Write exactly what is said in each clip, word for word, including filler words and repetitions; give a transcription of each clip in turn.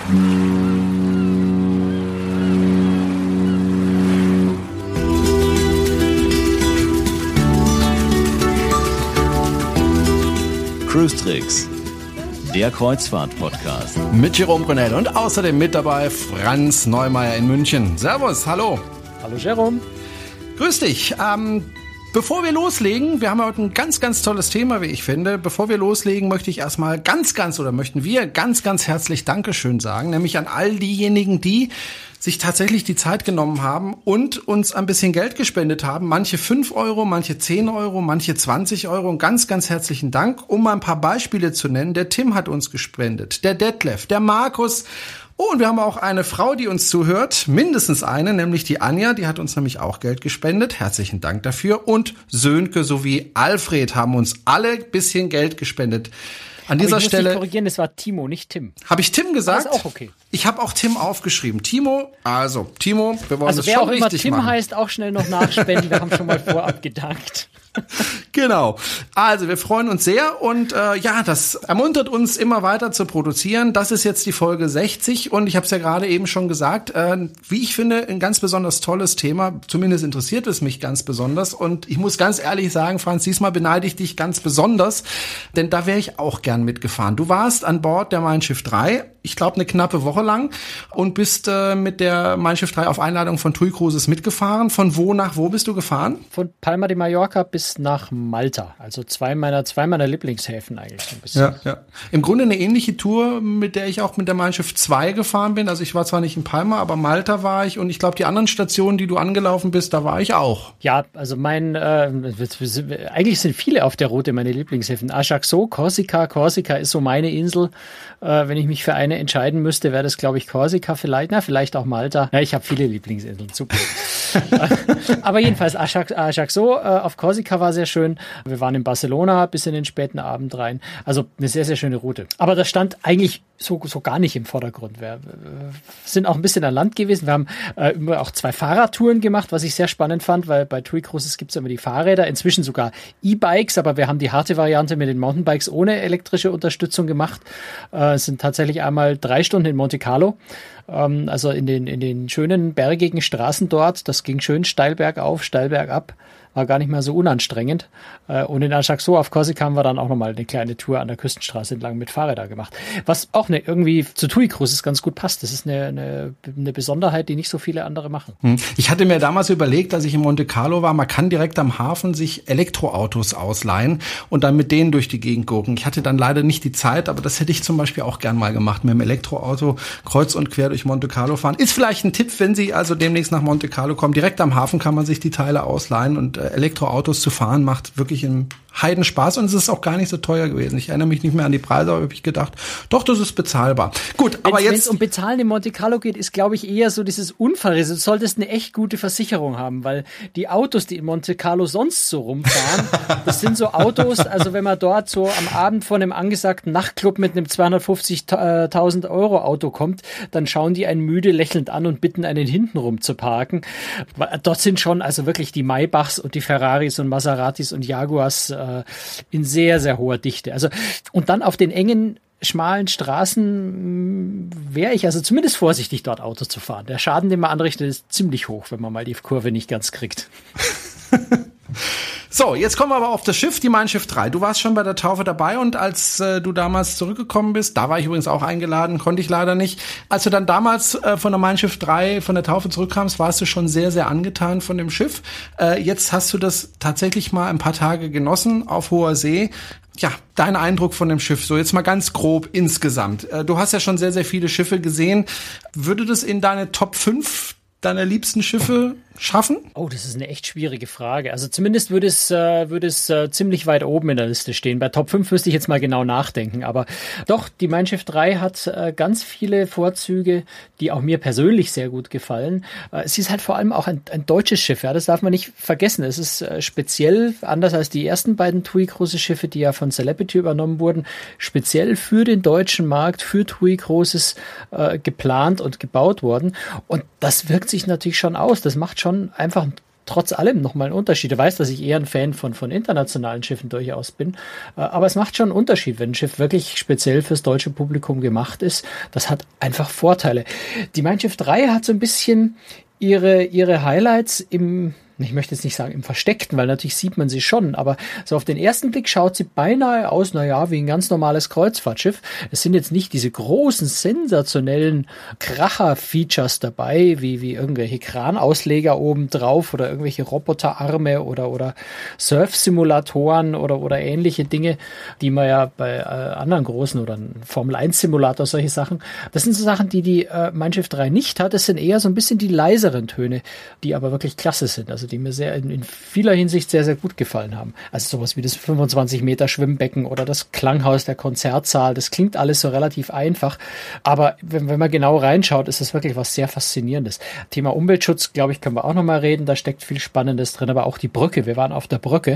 Cruise Tricks, der Kreuzfahrt-Podcast. Mit Jerome Brunel und außerdem mit dabei Franz Neumeier in München. Servus, hallo. Hallo Jerome. Grüß dich. Ähm, bevor wir loslegen, wir haben heute ein ganz, ganz tolles Thema, wie ich finde. Bevor wir loslegen, möchte ich erstmal ganz, ganz oder möchten wir ganz, ganz herzlich Dankeschön sagen, nämlich an all diejenigen, die sich tatsächlich die Zeit genommen haben und uns ein bisschen Geld gespendet haben. Manche fünf Euro, manche zehn Euro, manche zwanzig Euro. Und ganz, ganz herzlichen Dank. Um mal ein paar Beispiele zu nennen. Der Tim hat uns gespendet, der Detlef, der Markus. Oh, und wir haben auch eine Frau, die uns zuhört. Mindestens eine, nämlich die Anja. Die hat uns nämlich auch Geld gespendet. Herzlichen Dank dafür. Und Sönke sowie Alfred haben uns alle ein bisschen Geld gespendet. An dieser ich muss Stelle dich korrigieren, es war Timo, nicht Tim. Habe ich Tim gesagt? Das ist auch okay. Ich habe auch Tim aufgeschrieben. Timo, also Timo, wir wollen also das wer schon auch immer richtig Tim machen. heißt, auch schnell noch nachspenden. Wir haben schon mal vorab gedankt. Genau. Also wir freuen uns sehr und äh, ja, das ermuntert uns immer weiter zu produzieren. Das ist jetzt die Folge sechzig und ich habe es ja gerade eben schon gesagt, äh, wie ich finde, ein ganz besonders tolles Thema. Zumindest interessiert es mich ganz besonders und ich muss ganz ehrlich sagen, Franz, diesmal beneide ich dich ganz besonders, denn da wäre ich auch gern mitgefahren. Du warst an Bord der Mein Schiff drei, ich glaube eine knappe Woche lang und bist äh, mit der Mein Schiff drei auf Einladung von TUI Cruises mitgefahren. Von wo nach wo bist du gefahren? Von Palma de Mallorca bis nach Malta. Also zwei meiner, zwei meiner Lieblingshäfen eigentlich so ein bisschen. Ja, ja. Im Grunde eine ähnliche Tour, mit der ich auch mit der Mein Schiff zwei gefahren bin. Also ich war zwar nicht in Palma, aber Malta war ich und ich glaube, die anderen Stationen, die du angelaufen bist, da war ich auch. Ja, also mein, äh, eigentlich sind viele auf der Route meine Lieblingshäfen. Ajaccio, Korsika. Korsika ist so meine Insel. Äh, wenn ich mich für eine entscheiden müsste, wäre das, glaube ich, Korsika vielleicht. Na, vielleicht auch Malta. Ja, ich habe viele Lieblingsinseln. Super. Aber jedenfalls Ajaccio äh, auf Korsika war sehr schön. Wir waren in Barcelona bis in den späten Abend rein. Also eine sehr, sehr schöne Route. Aber das stand eigentlich so, so gar nicht im Vordergrund. Wir, wir sind auch ein bisschen an Land gewesen. Wir haben äh, immer auch zwei Fahrradtouren gemacht, was ich sehr spannend fand, weil bei TUI Cruises gibt es immer die Fahrräder, inzwischen sogar E-Bikes, aber wir haben die harte Variante mit den Mountainbikes ohne elektrische Unterstützung gemacht. Äh, es sind tatsächlich einmal drei Stunden in Monte Carlo. Ähm, also in den, in den schönen bergigen Straßen dort. Das ging schön steil bergauf, steil bergab. War gar nicht mehr so unanstrengend. Und in Ajaccio auf Korsika haben wir dann auch nochmal eine kleine Tour an der Küstenstraße entlang mit Fahrrädern gemacht. Was auch eine, irgendwie zu TUI Cruises ganz gut passt. Das ist eine, eine, eine Besonderheit, die nicht so viele andere machen. Ich hatte mir damals überlegt, als ich in Monte Carlo war, man kann direkt am Hafen sich Elektroautos ausleihen und dann mit denen durch die Gegend gucken. Ich hatte dann leider nicht die Zeit, aber das hätte ich zum Beispiel auch gern mal gemacht, mit dem Elektroauto kreuz und quer durch Monte Carlo fahren. Ist vielleicht ein Tipp, wenn Sie also demnächst nach Monte Carlo kommen. Direkt am Hafen kann man sich die Teile ausleihen und Elektroautos zu fahren macht wirklich einen Heidenspaß und es ist auch gar nicht so teuer gewesen. Ich erinnere mich nicht mehr an die Preise, aber habe ich gedacht, doch, das ist bezahlbar. Gut, aber wenn's, jetzt... Wenn es um Bezahlen in Monte Carlo geht, ist, glaube ich, eher so dieses Unfallrisiko. Du solltest eine echt gute Versicherung haben, weil die Autos, die in Monte Carlo sonst so rumfahren, das sind so Autos, also wenn man dort so am Abend von einem angesagten Nachtclub mit einem zweihundertfünfzigtausend Euro Auto kommt, dann schauen die einen müde lächelnd an und bitten einen hintenrum zu parken. Dort sind schon also wirklich die Maybachs und die Ferraris und Maseratis und Jaguars äh, in sehr, sehr hoher Dichte. Also, und dann auf den engen, schmalen Straßen wäre ich also zumindest vorsichtig, dort Auto zu fahren. Der Schaden, den man anrichtet, ist ziemlich hoch, wenn man mal die Kurve nicht ganz kriegt. So, jetzt kommen wir aber auf das Schiff, die Mein Schiff drei. Du warst schon bei der Taufe dabei und als äh, du damals zurückgekommen bist, da war ich übrigens auch eingeladen, konnte ich leider nicht. Als du dann damals äh, von der Mein Schiff drei, von der Taufe zurückkamst, warst du schon sehr, sehr angetan von dem Schiff. Äh, jetzt hast du das tatsächlich mal ein paar Tage genossen auf hoher See. Ja, dein Eindruck von dem Schiff, so jetzt mal ganz grob insgesamt. Äh, du hast ja schon sehr, sehr viele Schiffe gesehen. Würde das in deine Top fünf deiner liebsten Schiffe schaffen? Oh, das ist eine echt schwierige Frage. Also zumindest würde es, äh, würde es äh, ziemlich weit oben in der Liste stehen. Bei Top fünf müsste ich jetzt mal genau nachdenken. Aber doch, die Mein Schiff drei hat äh, ganz viele Vorzüge, die auch mir persönlich sehr gut gefallen. Äh, sie ist halt vor allem auch ein, ein deutsches Schiff. Ja, das darf man nicht vergessen. Es ist äh, speziell, anders als die ersten beiden TUI Cruises Schiffe, die ja von Celebrity übernommen wurden, speziell für den deutschen Markt, für TUI Cruises äh, geplant und gebaut worden. Und das wirkt sich natürlich schon aus. Das macht schon einfach ein trotz allem nochmal ein Unterschied. Du weißt, dass ich eher ein Fan von, von internationalen Schiffen durchaus bin. Aber es macht schon einen Unterschied, wenn ein Schiff wirklich speziell fürs deutsche Publikum gemacht ist. Das hat einfach Vorteile. Die Mein Schiff drei hat so ein bisschen ihre, ihre Highlights im, ich möchte jetzt nicht sagen im Versteckten, weil natürlich sieht man sie schon, aber so auf den ersten Blick schaut sie beinahe aus, naja, wie ein ganz normales Kreuzfahrtschiff. Es sind jetzt nicht diese großen, sensationellen Kracher-Features dabei, wie, wie irgendwelche Kranausleger oben drauf oder irgendwelche Roboterarme oder, oder Surf-Simulatoren oder, oder ähnliche Dinge, die man ja bei äh, anderen großen oder Formel eins Simulator, solche Sachen. Das sind so Sachen, die die äh, Mein Schiff drei nicht hat. Das sind eher so ein bisschen die leiseren Töne, die aber wirklich klasse sind. Also die mir sehr in, in vieler Hinsicht sehr, sehr gut gefallen haben. Also sowas wie das fünfundzwanzig Meter Schwimmbecken oder das Klanghaus der Konzertsaal, das klingt alles so relativ einfach, aber wenn, wenn man genau reinschaut, ist das wirklich was sehr Faszinierendes. Thema Umweltschutz, glaube ich, können wir auch nochmal reden, da steckt viel Spannendes drin, aber auch die Brücke, wir waren auf der Brücke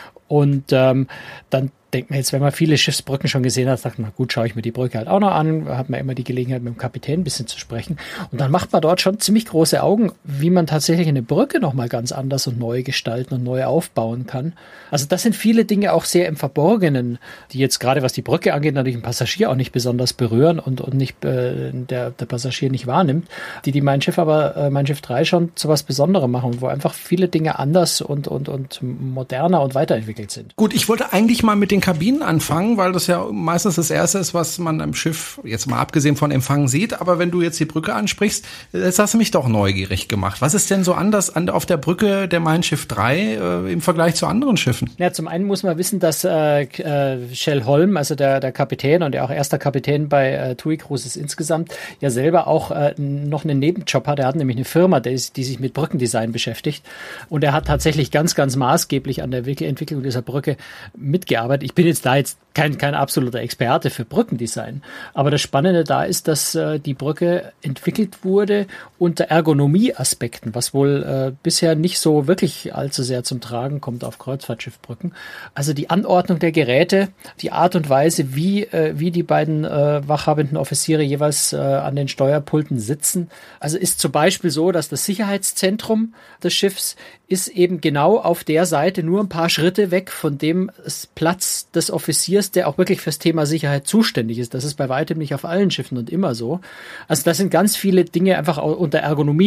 und ähm, dann denkt man jetzt, wenn man viele Schiffsbrücken schon gesehen hat, sagt man, gut, schaue ich mir die Brücke halt auch noch an, hat man immer die Gelegenheit, mit dem Kapitän ein bisschen zu sprechen. Und dann macht man dort schon ziemlich große Augen, wie man tatsächlich eine Brücke nochmal ganz anders und neu gestalten und neu aufbauen kann. Also das sind viele Dinge auch sehr im Verborgenen, die jetzt gerade, was die Brücke angeht, natürlich einen Passagier auch nicht besonders berühren und, und nicht äh, der, der Passagier nicht wahrnimmt, die die Mein Schiff aber, äh, Mein Schiff drei schon zu was Besonderem machen, wo einfach viele Dinge anders und, und, und moderner und weiterentwickelt sind. Gut, ich wollte eigentlich mal mit den Kabinen anfangen, weil das ja meistens das Erste ist, was man am Schiff, jetzt mal abgesehen von Empfang, sieht. Aber wenn du jetzt die Brücke ansprichst, jetzt hast du mich doch neugierig gemacht. Was ist denn so anders an, auf der Brücke der Mein Schiff drei äh, im Vergleich zu anderen Schiffen? Ja, zum einen muss man wissen, dass äh, äh, Shell Holm, also der, der Kapitän und der auch erster Kapitän bei äh, TUI Cruises insgesamt, ja selber auch äh, noch einen Nebenjob hat. Er hat nämlich eine Firma, die, die sich mit Brückendesign beschäftigt. Und er hat tatsächlich ganz, ganz maßgeblich an der Entwicklung dieser Brücke mitgearbeitet. Ich bin jetzt da jetzt kein, kein absoluter Experte für Brückendesign. Aber das Spannende da ist, dass äh, die Brücke entwickelt wurde unter Ergonomieaspekten, was wohl äh, bisher nicht so wirklich allzu sehr zum Tragen kommt auf Kreuzfahrtschiffbrücken. Also die Anordnung der Geräte, die Art und Weise, wie, äh, wie die beiden äh, wachhabenden Offiziere jeweils äh, an den Steuerpulten sitzen. Also ist zum Beispiel so, dass das Sicherheitszentrum des Schiffs ist eben genau auf der Seite nur ein paar Schritte weg von dem Platz des Offiziers, der auch wirklich fürs Thema Sicherheit zuständig ist. Das ist bei weitem nicht auf allen Schiffen und immer so. Also das sind ganz viele Dinge einfach unter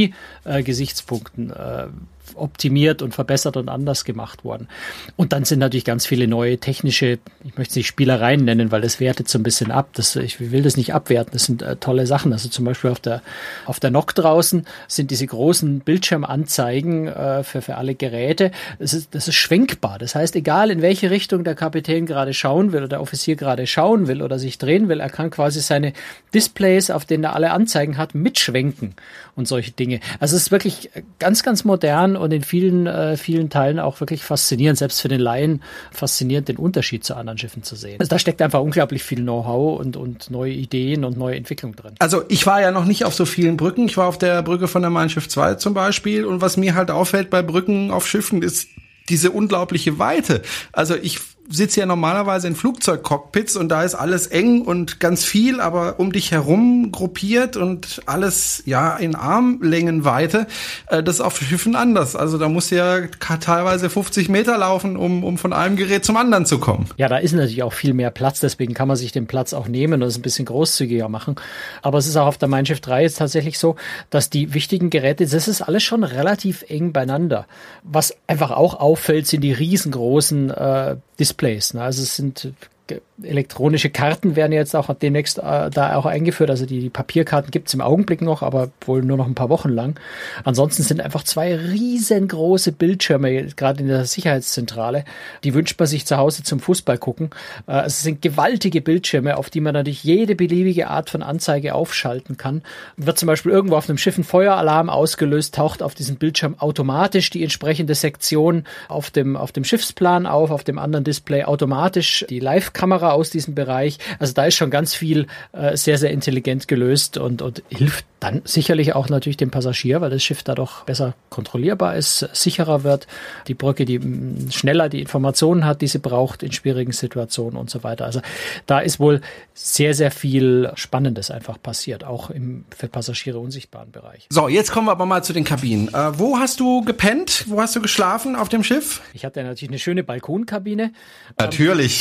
Ergonomie-Gesichtspunkten äh, optimiert und verbessert und anders gemacht worden. Und dann sind natürlich ganz viele neue technische, ich möchte es nicht Spielereien nennen, weil das wertet so ein bisschen ab. Das, ich will das nicht abwerten, das sind äh, tolle Sachen. Also zum Beispiel auf der auf der Nock draußen sind diese großen Bildschirmanzeigen äh, für, für alle Geräte. Das ist, das ist schwenkbar. Das heißt, egal in welche Richtung der Kapitän gerade schauen will oder der Offizier gerade schauen will oder sich drehen will, er kann quasi seine Displays, auf denen er alle Anzeigen hat, mitschwenken und solche Dinge. Also es ist wirklich ganz, ganz modern und in vielen, äh, vielen Teilen auch wirklich faszinierend, selbst für den Laien faszinierend, den Unterschied zu anderen Schiffen zu sehen. Also da steckt einfach unglaublich viel Know-how und, und neue Ideen und neue Entwicklung drin. Also ich war ja noch nicht auf so vielen Brücken. Ich war auf der Brücke von der Mein Schiff zwei zum Beispiel. Und was mir halt auffällt bei Brücken auf Schiffen ist diese unglaubliche Weite. Also ich sitze ja normalerweise in Flugzeugcockpits und da ist alles eng und ganz viel, aber um dich herum gruppiert und alles ja in Armlängenweite. Äh, das ist auf Schiffen anders. Also da musst du ja teilweise fünfzig Meter laufen, um, um von einem Gerät zum anderen zu kommen. Ja, da ist natürlich auch viel mehr Platz, deswegen kann man sich den Platz auch nehmen und es ein bisschen großzügiger machen. Aber es ist auch auf der Mein Schiff drei jetzt tatsächlich so, dass die wichtigen Geräte, das ist alles schon relativ eng beieinander. Was einfach auch auffällt, sind die riesengroßen äh, Displays. Ne? Also es sind elektronische Karten werden jetzt auch demnächst äh, da auch eingeführt. Also die, die Papierkarten gibt es im Augenblick noch, aber wohl nur noch ein paar Wochen lang. Ansonsten sind einfach zwei riesengroße Bildschirme, gerade in der Sicherheitszentrale. Die wünscht man sich zu Hause zum Fußball gucken. Äh, es sind gewaltige Bildschirme, auf die man natürlich jede beliebige Art von Anzeige aufschalten kann. Wird zum Beispiel irgendwo auf einem Schiff ein Feueralarm ausgelöst, taucht auf diesem Bildschirm automatisch die entsprechende Sektion auf dem, auf dem Schiffsplan auf, auf dem anderen Display automatisch die Live-Kamera Kamera aus diesem Bereich. Also da ist schon ganz viel äh, sehr, sehr intelligent gelöst und, und hilft dann sicherlich auch natürlich dem Passagier, weil das Schiff dadurch besser kontrollierbar ist, sicherer wird, die Brücke, die m, schneller die Informationen hat, die sie braucht in schwierigen Situationen und so weiter. Also da ist wohl sehr, sehr viel Spannendes einfach passiert, auch im für Passagiere unsichtbaren Bereich. So, jetzt kommen wir aber mal zu den Kabinen. Äh, wo hast du gepennt? Wo hast du geschlafen auf dem Schiff? Ich hatte natürlich eine schöne Balkonkabine. Natürlich.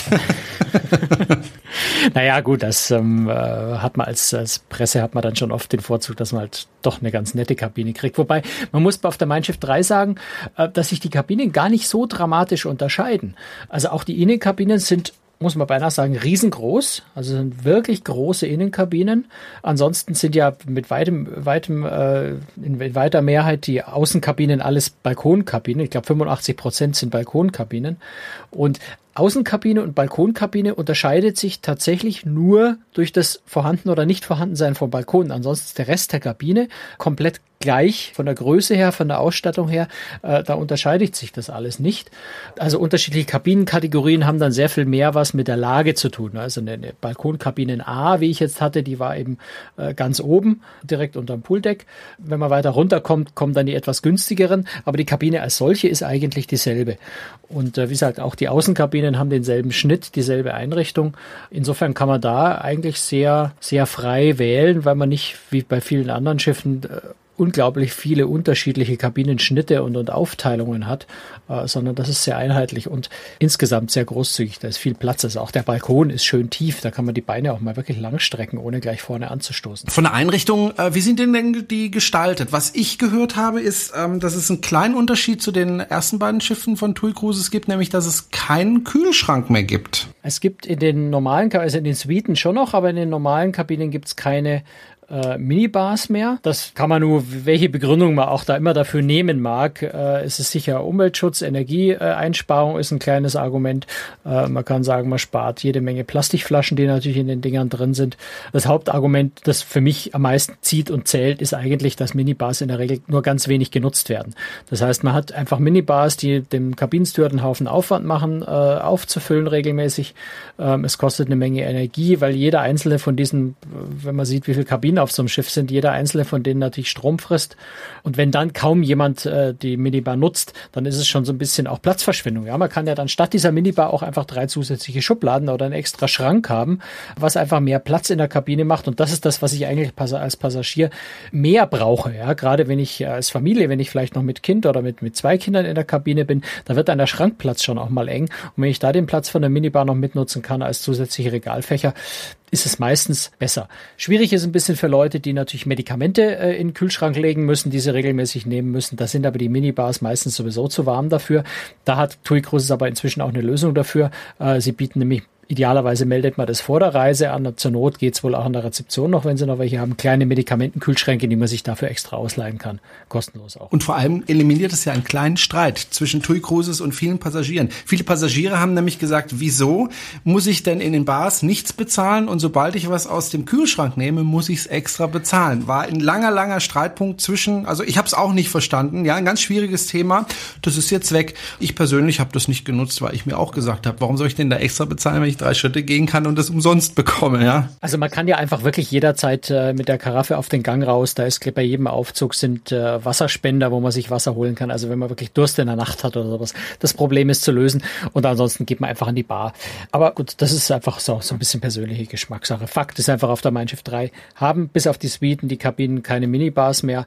Naja, gut, das ähm, hat man als, als Presse hat man dann schon oft den Vorzug, dass man halt doch eine ganz nette Kabine kriegt. Wobei, man muss auf der Mein Schiff drei sagen, äh, dass sich die Kabinen gar nicht so dramatisch unterscheiden. Also auch die Innenkabinen sind, muss man beinahe sagen, riesengroß. Also sind wirklich große Innenkabinen. Ansonsten sind ja mit weitem, weitem, äh, in weiter Mehrheit die Außenkabinen alles Balkonkabinen. Ich glaube, fünfundachtzig Prozent sind Balkonkabinen. Und Außenkabine und Balkonkabine unterscheidet sich tatsächlich nur durch das Vorhanden- oder Nicht-Vorhandensein von Balkonen. Ansonsten ist der Rest der Kabine komplett gleich von der Größe her, von der Ausstattung her. Äh, da unterscheidet sich das alles nicht. Also unterschiedliche Kabinenkategorien haben dann sehr viel mehr was mit der Lage zu tun. Also eine, eine Balkonkabine A, wie ich jetzt hatte, die war eben äh, ganz oben, direkt unterm Pooldeck. Wenn man weiter runterkommt, kommen dann die etwas günstigeren. Aber die Kabine als solche ist eigentlich dieselbe. Und äh, wie gesagt, auch die Außenkabinen haben denselben Schnitt, dieselbe Einrichtung. Insofern kann man da eigentlich sehr, sehr frei wählen, weil man nicht wie bei vielen anderen Schiffen äh, unglaublich viele unterschiedliche Kabinenschnitte und, und Aufteilungen hat, äh, sondern das ist sehr einheitlich und insgesamt sehr großzügig. Da ist viel Platz. Also auch der Balkon ist schön tief. Da kann man die Beine auch mal wirklich lang strecken, ohne gleich vorne anzustoßen. Von der Einrichtung, äh, wie sind denn die gestaltet? Was ich gehört habe, ist, ähm, dass es einen kleinen Unterschied zu den ersten beiden Schiffen von TUI Cruises gibt, nämlich, dass es keinen Kühlschrank mehr gibt. Es gibt in den normalen, also in den Suiten schon noch, aber in den normalen Kabinen gibt es keine Äh, Minibars mehr. Das kann man nur, welche Begründung man auch da immer dafür nehmen mag. Äh, es ist sicher Umweltschutz, Energieeinsparung ist ein kleines Argument. Äh, man kann sagen, man spart jede Menge Plastikflaschen, die natürlich in den Dingern drin sind. Das Hauptargument, das für mich am meisten zieht und zählt, ist eigentlich, dass Minibars in der Regel nur ganz wenig genutzt werden. Das heißt, man hat einfach Minibars, die dem Kabinensteward einen Haufen Aufwand machen, äh, aufzufüllen regelmäßig. Ähm, es kostet eine Menge Energie, weil jeder einzelne von diesen, wenn man sieht, wie viele Kabinen auf so einem Schiff sind, jeder einzelne von denen natürlich Strom frisst. Und wenn dann kaum jemand äh, die Minibar nutzt, dann ist es schon so ein bisschen auch Platzverschwendung. Ja, man kann ja dann statt dieser Minibar auch einfach drei zusätzliche Schubladen oder einen extra Schrank haben, was einfach mehr Platz in der Kabine macht. Und das ist das, was ich eigentlich als Passagier mehr brauche. Ja, gerade wenn ich als Familie, wenn ich vielleicht noch mit Kind oder mit, mit zwei Kindern in der Kabine bin, da wird dann der Schrankplatz schon auch mal eng. Und wenn ich da den Platz von der Minibar noch mitnutzen kann als zusätzliche Regalfächer, ist es meistens besser. Schwierig ist ein bisschen für Leute, die natürlich Medikamente äh, in den Kühlschrank legen müssen, die sie regelmäßig nehmen müssen. Da sind aber die Minibars meistens sowieso zu warm dafür. Da hat TUI Cruises aber inzwischen auch eine Lösung dafür. Äh, sie bieten nämlich Idealerweise meldet man das vor der Reise an. Zur Not geht's wohl auch an der Rezeption noch, wenn sie noch welche haben. Kleine Medikamentenkühlschränke, die man sich dafür extra ausleihen kann. Kostenlos auch. Und vor allem eliminiert es ja einen kleinen Streit zwischen TUI Cruises und vielen Passagieren. Viele Passagiere haben nämlich gesagt, wieso muss ich denn in den Bars nichts bezahlen und sobald ich was aus dem Kühlschrank nehme, muss ich es extra bezahlen. War ein langer, langer Streitpunkt zwischen, also ich habe es auch nicht verstanden. Ja, ein ganz schwieriges Thema. Das ist jetzt weg. Ich persönlich habe das nicht genutzt, weil ich mir auch gesagt habe, warum soll ich denn da extra bezahlen, wenn ich drei Schritte gehen kann und das umsonst bekomme, ja. Also man kann ja einfach wirklich jederzeit äh, mit der Karaffe auf den Gang raus. Da ist bei jedem Aufzug sind äh, Wasserspender, wo man sich Wasser holen kann. Also wenn man wirklich Durst in der Nacht hat oder sowas. Das Problem ist zu lösen und ansonsten geht man einfach an die Bar. Aber gut, das ist einfach so, so ein bisschen persönliche Geschmackssache. Fakt ist einfach, auf der Mein Schiff drei haben bis auf die Suiten, die Kabinen keine Minibars mehr.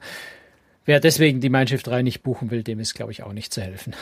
Wer deswegen die Mein Schiff drei nicht buchen will, dem ist, glaube ich, auch nicht zu helfen.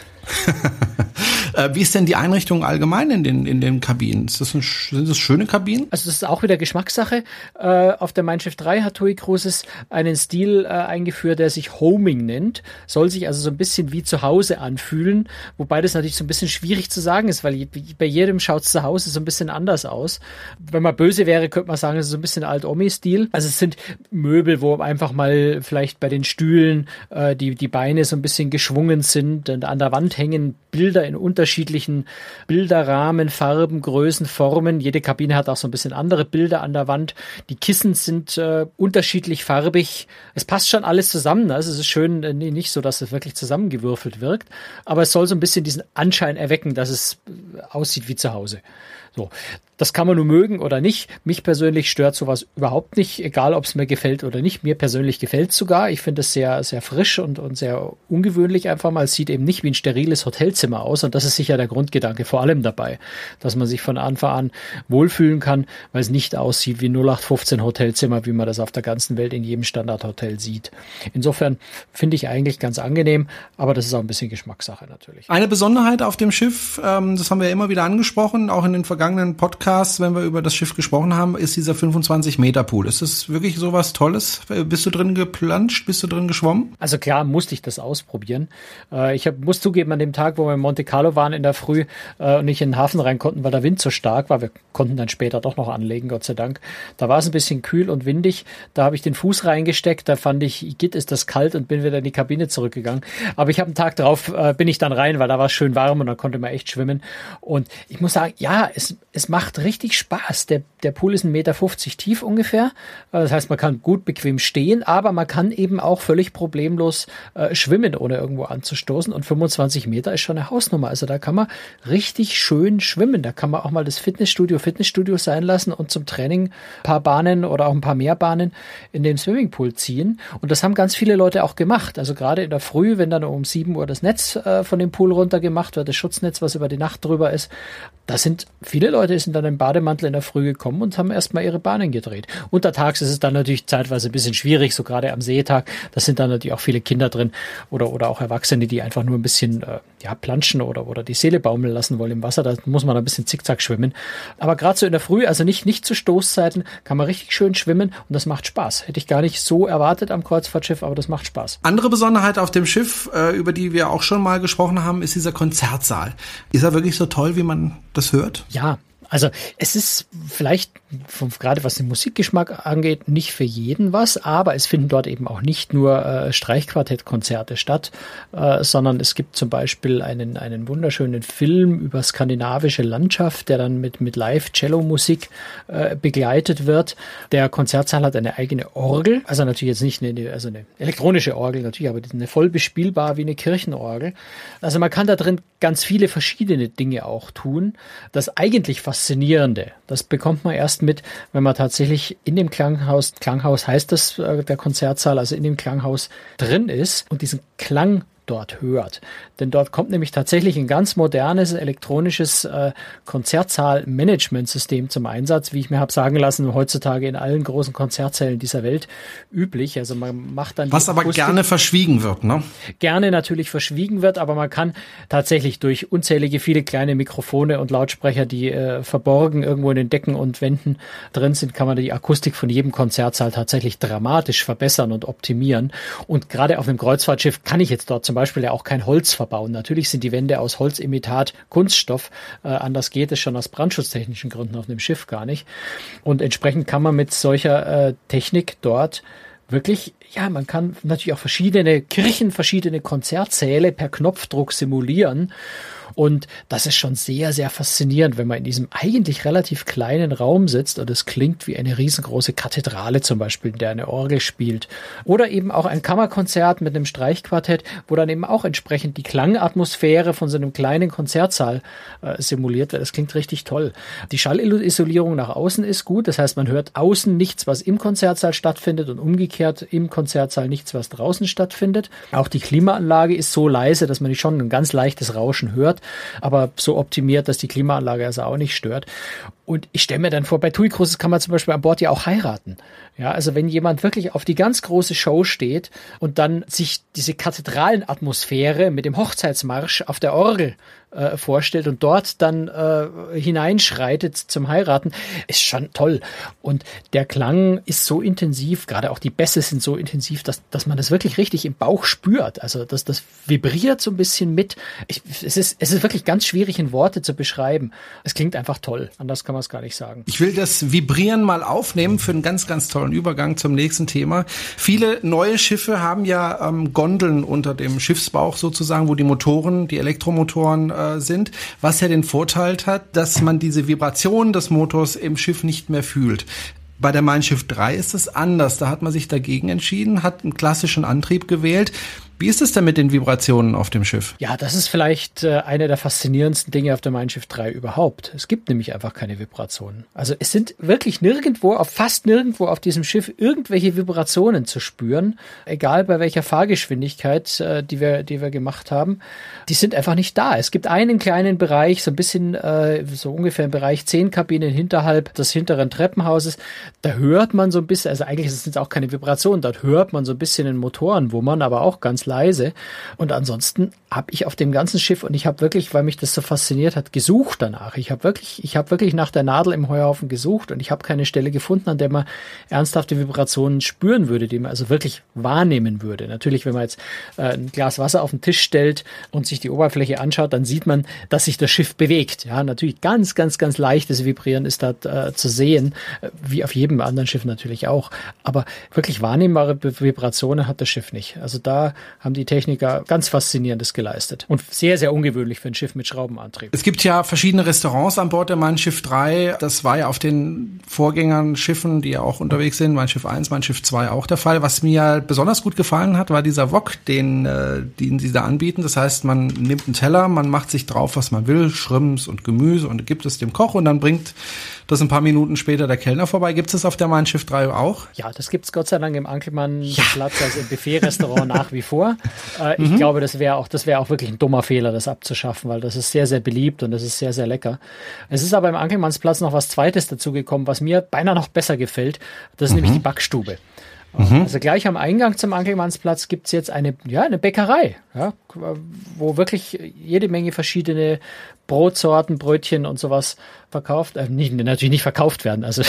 Wie ist denn die Einrichtung allgemein in den, in den Kabinen? Ist das ein, sind das schöne Kabinen? Also das ist auch wieder Geschmackssache. Äh, auf der Mein Schiff drei hat TUI Cruises einen Stil äh, eingeführt, der sich Homing nennt. Soll sich also so ein bisschen wie zu Hause anfühlen. Wobei das natürlich so ein bisschen schwierig zu sagen ist, weil je, bei jedem schaut es zu Hause so ein bisschen anders aus. Wenn man böse wäre, könnte man sagen, es ist so ein bisschen Alt-Omi-Stil. Also es sind Möbel, wo einfach mal vielleicht bei den Stühlen äh, die, die Beine so ein bisschen geschwungen sind und an der Wand hängen Bilder in unterschiedlichen Bilderrahmen, Farben, Größen, Formen. Jede Kabine hat auch so ein bisschen andere Bilder an der Wand. Die Kissen sind äh, unterschiedlich farbig. Es passt schon alles zusammen. Also es ist schön, äh, nicht so, dass es wirklich zusammengewürfelt wirkt, aber es soll so ein bisschen diesen Anschein erwecken, dass es äh, aussieht wie zu Hause. So. Das kann man nur mögen oder nicht. Mich persönlich stört sowas überhaupt nicht, egal ob es mir gefällt oder nicht. Mir persönlich gefällt es sogar. Ich finde es sehr, sehr frisch und, und sehr ungewöhnlich einfach mal. Es sieht eben nicht wie ein steriles Hotelzimmer aus und das ist sicher der Grundgedanke vor allem dabei, dass man sich von Anfang an wohlfühlen kann, weil es nicht aussieht wie null acht fünfzehn Hotelzimmer, wie man das auf der ganzen Welt in jedem Standardhotel sieht. Insofern finde ich eigentlich ganz angenehm, aber das ist auch ein bisschen Geschmackssache natürlich. Eine Besonderheit auf dem Schiff, ähm, das haben wir ja immer wieder angesprochen, auch in den vergangenen Podcasts, wenn wir über das Schiff gesprochen haben, ist dieser fünfundzwanzig Meter Pool. Ist das wirklich so was Tolles? Bist du drin geplanscht? Bist du drin geschwommen? Also klar, musste ich das ausprobieren. Äh, ich hab, muss zugeben, an dem Tag, wo wir in Monte Carlo waren in der Früh äh, und nicht in den Hafen rein konnten, weil der Wind so stark war. Wir konnten dann später doch noch anlegen, Gott sei Dank. Da war es ein bisschen kühl und windig. Da habe ich den Fuß reingesteckt. Da fand ich, Igitt, ist das kalt und bin wieder in die Kabine zurückgegangen. Aber ich habe einen Tag drauf, äh, bin ich dann rein, weil da war es schön warm und da konnte man echt schwimmen. Und ich muss sagen, ja, es, es macht richtig Spaß. Der, der Pool ist ein Meter fünfzig tief ungefähr. Das heißt, man kann gut bequem stehen, aber man kann eben auch völlig problemlos äh, schwimmen, ohne irgendwo anzustoßen. Und fünfundzwanzig Meter ist schon eine Hausnummer. Also da kann man richtig schön schwimmen. Da kann man auch mal das Fitnessstudio Fitnessstudio sein lassen und zum Training ein paar Bahnen oder auch ein paar mehr Bahnen in den Swimmingpool ziehen. Und das haben ganz viele Leute auch gemacht. Also gerade in der Früh, wenn dann um sieben Uhr das Netz äh, von dem Pool runter gemacht wird, das Schutznetz, was über die Nacht drüber ist, da sind viele Leute sind dann im Bademantel in der Früh gekommen und haben erstmal ihre Bahnen gedreht. Untertags ist es dann natürlich zeitweise ein bisschen schwierig, so gerade am Seetag. Da sind dann natürlich auch viele Kinder drin oder, oder auch Erwachsene, die einfach nur ein bisschen äh, ja, planschen oder, oder die Seele baumeln lassen wollen im Wasser. Da muss man ein bisschen zickzack schwimmen. Aber gerade so in der Früh, also nicht, nicht zu Stoßzeiten, kann man richtig schön schwimmen und das macht Spaß. Hätte ich gar nicht so erwartet am Kreuzfahrtschiff, aber das macht Spaß. Andere Besonderheit auf dem Schiff, äh, über die wir auch schon mal gesprochen haben, ist dieser Konzertsaal. Ist er wirklich so toll, wie man das hört? Ja. Also es ist vielleicht, vom, gerade was den Musikgeschmack angeht, nicht für jeden was, aber es finden dort eben auch nicht nur äh, Streichquartettkonzerte statt, äh, sondern es gibt zum Beispiel einen, einen wunderschönen Film über skandinavische Landschaft, der dann mit, mit Live-Cello-Musik äh, begleitet wird. Der Konzertsaal hat eine eigene Orgel, also natürlich jetzt nicht eine, also eine elektronische Orgel natürlich, aber eine voll bespielbar wie eine Kirchenorgel. Also man kann da drin ganz viele verschiedene Dinge auch tun. Das eigentlich Faszinierende, das bekommt man erst mit, wenn man tatsächlich in dem Klanghaus, Klanghaus heißt das, äh, der Konzertsaal, also in dem Klanghaus drin ist und diesen Klang dort hört. Denn dort kommt nämlich tatsächlich ein ganz modernes elektronisches äh, Konzertsaal-Management-System zum Einsatz, wie ich mir habe sagen lassen, heutzutage in allen großen Konzertsälen dieser Welt üblich. Also man macht dann was aber Akustik, gerne verschwiegen wird, ne? Gerne natürlich verschwiegen wird, aber man kann tatsächlich durch unzählige viele kleine Mikrofone und Lautsprecher, die äh, verborgen irgendwo in den Decken und Wänden drin sind, kann man die Akustik von jedem Konzertsaal tatsächlich dramatisch verbessern und optimieren. Und gerade auf einem Kreuzfahrtschiff kann ich jetzt dort zum Beispiel ja auch kein Holz verbauen. Natürlich sind die Wände aus Holzimitat Kunststoff. Äh, anders geht es schon aus brandschutztechnischen Gründen auf einem Schiff gar nicht. Und entsprechend kann man mit solcher äh, Technik dort wirklich, ja, man kann natürlich auch verschiedene Kirchen, verschiedene Konzertsäle per Knopfdruck simulieren. Und das ist schon sehr, sehr faszinierend, wenn man in diesem eigentlich relativ kleinen Raum sitzt und es klingt wie eine riesengroße Kathedrale zum Beispiel, in der eine Orgel spielt. Oder eben auch ein Kammerkonzert mit einem Streichquartett, wo dann eben auch entsprechend die Klangatmosphäre von so einem kleinen Konzertsaal äh, simuliert wird. Das klingt richtig toll. Die Schallisolierung nach außen ist gut, das heißt, man hört außen nichts, was im Konzertsaal stattfindet und umgekehrt im Konzertsaal nichts, was draußen stattfindet. Auch die Klimaanlage ist so leise, dass man schon ein ganz leichtes Rauschen hört, aber so optimiert, dass die Klimaanlage also auch nicht stört. Und ich stelle mir dann vor, bei TUI Cruises kann man zum Beispiel an Bord ja auch heiraten. Ja, also wenn jemand wirklich auf die ganz große Show steht und dann sich diese Kathedralenatmosphäre mit dem Hochzeitsmarsch auf der Orgel äh, vorstellt und dort dann äh, hineinschreitet zum Heiraten, ist schon toll. Und der Klang ist so intensiv, gerade auch die Bässe sind so intensiv, dass, dass man das wirklich richtig im Bauch spürt. Also das, das vibriert so ein bisschen mit. Ich, es ist, es ist wirklich ganz schwierig in Worte zu beschreiben. Es klingt einfach toll. Anders kann man es gar nicht sagen. Ich will das Vibrieren mal aufnehmen für einen ganz, ganz tollen Übergang zum nächsten Thema. Viele neue Schiffe haben ja ähm, Gondeln unter dem Schiffsbauch sozusagen, wo die Motoren, die Elektromotoren äh, sind, was ja den Vorteil hat, dass man diese Vibration des Motors im Schiff nicht mehr fühlt. Bei der Mein Schiff drei ist es anders. Da hat man sich dagegen entschieden, hat einen klassischen Antrieb gewählt. Wie ist es denn mit den Vibrationen auf dem Schiff? Ja, das ist vielleicht äh, eine der faszinierendsten Dinge auf der Mein Schiff drei überhaupt. Es gibt nämlich einfach keine Vibrationen. Also es sind wirklich nirgendwo, auf fast nirgendwo auf diesem Schiff irgendwelche Vibrationen zu spüren, egal bei welcher Fahrgeschwindigkeit, äh, die wir, die wir gemacht haben. Die sind einfach nicht da. Es gibt einen kleinen Bereich, so ein bisschen, äh, so ungefähr im Bereich zehn Kabinen hinterhalb des hinteren Treppenhauses. Da hört man so ein bisschen, also eigentlich sind es auch keine Vibrationen, dort hört man so ein bisschen den Motoren wummern, aber auch ganz leise. Und ansonsten habe ich auf dem ganzen Schiff, und ich habe wirklich, weil mich das so fasziniert hat, gesucht danach. Ich habe wirklich, ich habe wirklich nach der Nadel im Heuhaufen gesucht und ich habe keine Stelle gefunden, an der man ernsthafte Vibrationen spüren würde, die man also wirklich wahrnehmen würde. Natürlich, wenn man jetzt äh, ein Glas Wasser auf den Tisch stellt und sich die Oberfläche anschaut, dann sieht man, dass sich das Schiff bewegt. Ja, natürlich ganz, ganz, ganz leichtes Vibrieren ist da äh, zu sehen, äh, wie auf jedem anderen Schiff natürlich auch. Aber wirklich wahrnehmbare Vibrationen hat das Schiff nicht. Also da haben die Techniker ganz Faszinierendes geleistet. Und sehr, sehr ungewöhnlich für ein Schiff mit Schraubenantrieb. Es gibt ja verschiedene Restaurants an Bord der Mein Schiff drei. Das war ja auf den Vorgängern Schiffen, die ja auch unterwegs sind, Mein Schiff eins, Mein Schiff zwei auch der Fall. Was mir besonders gut gefallen hat, war dieser Wok, den, äh, den sie da anbieten. Das heißt, man nimmt einen Teller, man macht sich drauf, was man will, Shrimps und Gemüse, und gibt es dem Koch und dann bringt das ein paar Minuten später der Kellner vorbei. Gibt es das auf der Mein Schiff drei auch? Ja, das gibt es Gott sei Dank im Ankelmann-Platz, ja. Also im Buffet-Restaurant nach wie vor. Äh, ich mhm. glaube, das wäre auch, das wäre auch wirklich ein dummer Fehler, das abzuschaffen, weil das ist sehr, sehr beliebt und das ist sehr, sehr lecker. Es ist aber im Ankelmannsplatz noch was Zweites dazugekommen, was mir beinahe noch besser gefällt. Das ist mhm. nämlich die Backstube. Mhm. Also gleich am Eingang zum Ankelmannsplatz gibt's jetzt eine, ja, eine Bäckerei, ja, wo wirklich jede Menge verschiedene Brotsorten, Brötchen und sowas verkauft, äh, nicht, natürlich nicht verkauft werden, also